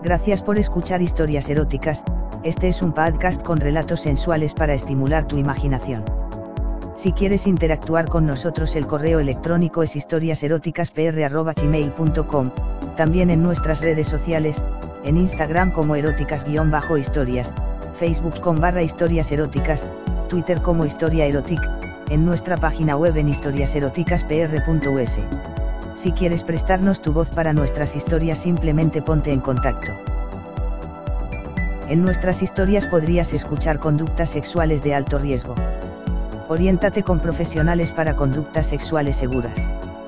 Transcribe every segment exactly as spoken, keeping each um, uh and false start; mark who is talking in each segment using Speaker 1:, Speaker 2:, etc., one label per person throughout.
Speaker 1: Gracias por escuchar Historias Eróticas. Este es un podcast con relatos sensuales para estimular tu imaginación. Si quieres interactuar con nosotros, el correo electrónico es historiaseroticaspr arroba gmail punto com, también en nuestras redes sociales, en Instagram como eróticas-historias, Facebook com barra historias eróticas, Twitter como Historia Erotic, en nuestra página web en historiaseroticaspr punto u s. Si quieres prestarnos tu voz para nuestras historias, simplemente ponte en contacto. En nuestras historias podrías escuchar conductas sexuales de alto riesgo. Oriéntate con profesionales para conductas sexuales seguras.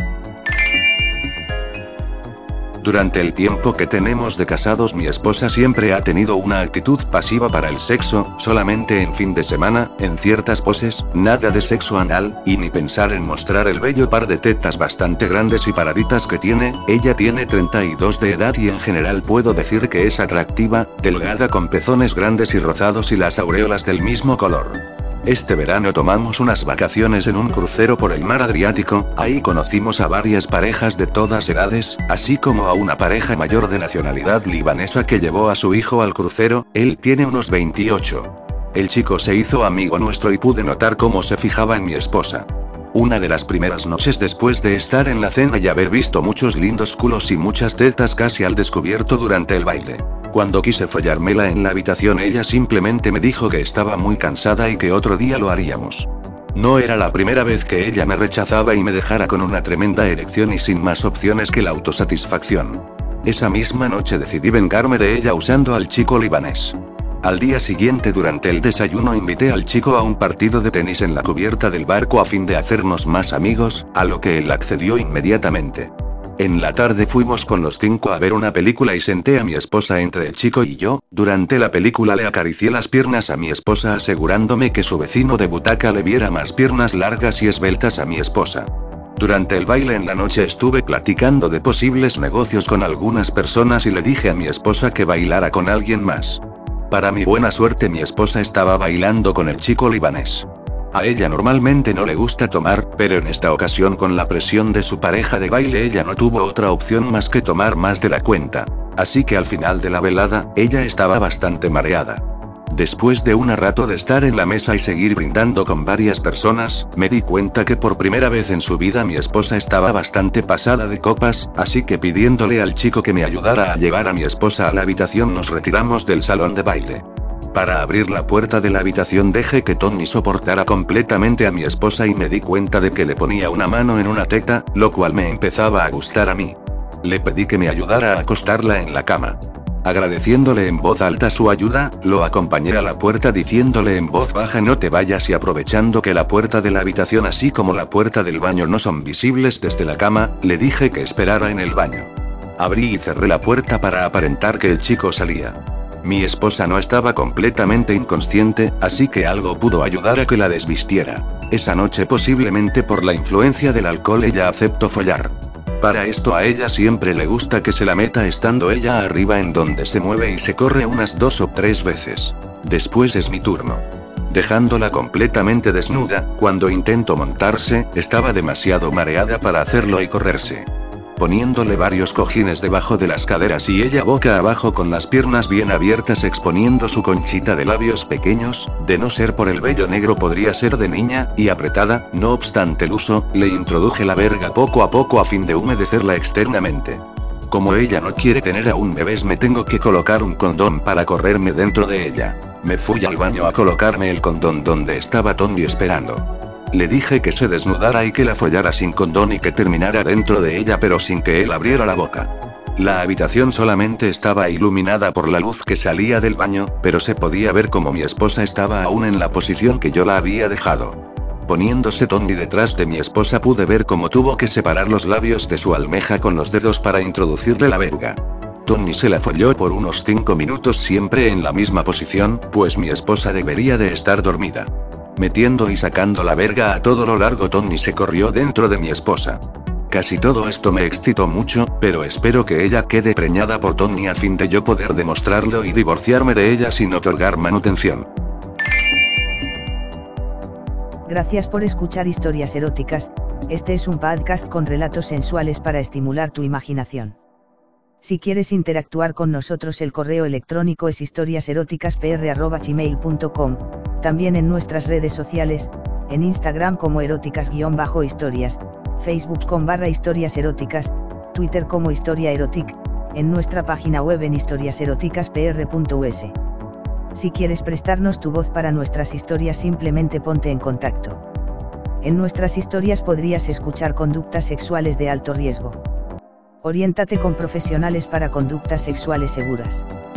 Speaker 2: Durante el tiempo que tenemos de casados, mi esposa siempre ha tenido una actitud pasiva para el sexo, solamente en fin de semana, en ciertas poses, nada de sexo anal, y ni pensar en mostrar el bello par de tetas bastante grandes y paraditas que tiene. Ella tiene treinta y dos de edad y en general puedo decir que es atractiva, delgada con pezones grandes y rozados y las aureolas del mismo color. Este verano tomamos unas vacaciones en un crucero por el mar Adriático, ahí conocimos a varias parejas de todas edades, así como a una pareja mayor de nacionalidad libanesa que llevó a su hijo al crucero. Él tiene unos veintiocho. El chico se hizo amigo nuestro y pude notar cómo se fijaba en mi esposa. Una de las primeras noches después de estar en la cena y haber visto muchos lindos culos y muchas tetas casi al descubierto durante el baile. Cuando quise follármela en la habitación, ella simplemente me dijo que estaba muy cansada y que otro día lo haríamos. No era la primera vez que ella me rechazaba y me dejara con una tremenda erección y sin más opciones que la autosatisfacción. Esa misma noche decidí vengarme de ella usando al chico libanés. Al día siguiente, durante el desayuno, invité al chico a un partido de tenis en la cubierta del barco a fin de hacernos más amigos, a lo que él accedió inmediatamente. En la tarde fuimos con los cinco a ver una película y senté a mi esposa entre el chico y yo. Durante la película le acaricié las piernas a mi esposa, asegurándome que su vecino de butaca le viera más piernas largas y esbeltas a mi esposa. Durante el baile en la noche estuve platicando de posibles negocios con algunas personas y le dije a mi esposa que bailara con alguien más. Para mi buena suerte, mi esposa estaba bailando con el chico libanés. A ella normalmente no le gusta tomar, pero en esta ocasión, con la presión de su pareja de baile, ella no tuvo otra opción más que tomar más de la cuenta. Así que al final de la velada, ella estaba bastante mareada. Después de un rato de estar en la mesa y seguir brindando con varias personas, me di cuenta que por primera vez en su vida mi esposa estaba bastante pasada de copas, así que pidiéndole al chico que me ayudara a llevar a mi esposa a la habitación, nos retiramos del salón de baile. Para abrir la puerta de la habitación dejé que Tony soportara completamente a mi esposa y me di cuenta de que le ponía una mano en una teta, lo cual me empezaba a gustar a mí. Le pedí que me ayudara a acostarla en la cama. Agradeciéndole en voz alta su ayuda, lo acompañé a la puerta diciéndole en voz baja: no te vayas, y aprovechando que la puerta de la habitación así como la puerta del baño no son visibles desde la cama, le dije que esperara en el baño. Abrí y cerré la puerta para aparentar que el chico salía. Mi esposa no estaba completamente inconsciente, así que algo pudo ayudar a que la desvistiera. Esa noche, posiblemente por la influencia del alcohol, ella aceptó follar. Para esto a ella siempre le gusta que se la meta estando ella arriba, en donde se mueve y se corre unas dos o tres veces. Después es mi turno. Dejándola completamente desnuda, cuando intentó montarse, estaba demasiado mareada para hacerlo y correrse. Poniéndole varios cojines debajo de las caderas y ella boca abajo con las piernas bien abiertas, exponiendo su conchita de labios pequeños, de no ser por el vello negro podría ser de niña, y apretada. No obstante el uso, le introduje la verga poco a poco a fin de humedecerla externamente. Como ella no quiere tener aún bebés, me tengo que colocar un condón para correrme dentro de ella. Me fui al baño a colocarme el condón donde estaba Tony esperando. Le dije que se desnudara y que la follara sin condón y que terminara dentro de ella, pero sin que él abriera la boca. La habitación solamente estaba iluminada por la luz que salía del baño, pero se podía ver como mi esposa estaba aún en la posición que yo la había dejado. Poniéndose Tony detrás de mi esposa, pude ver cómo tuvo que separar los labios de su almeja con los dedos para introducirle la verga. Tony se la folló por unos cinco minutos siempre en la misma posición, pues mi esposa debería de estar dormida. Metiendo y sacando la verga a todo lo largo, Tony se corrió dentro de mi esposa. Casi todo esto me excitó mucho, pero espero que ella quede preñada por Tony a fin de yo poder demostrarlo y divorciarme de ella sin otorgar manutención.
Speaker 1: Gracias por escuchar Historias Eróticas. Este es un podcast con relatos sensuales para estimular tu imaginación. Si quieres interactuar con nosotros, el correo electrónico es historiaseroticaspr arroba gmail punto com, también en nuestras redes sociales, en Instagram como eróticas-historias, Facebook con barra historias eróticas, Twitter como historia erotic, en nuestra página web en historiaseroticaspr punto u s. Si quieres prestarnos tu voz para nuestras historias, simplemente ponte en contacto. En nuestras historias podrías escuchar conductas sexuales de alto riesgo. Oriéntate con profesionales para conductas sexuales seguras.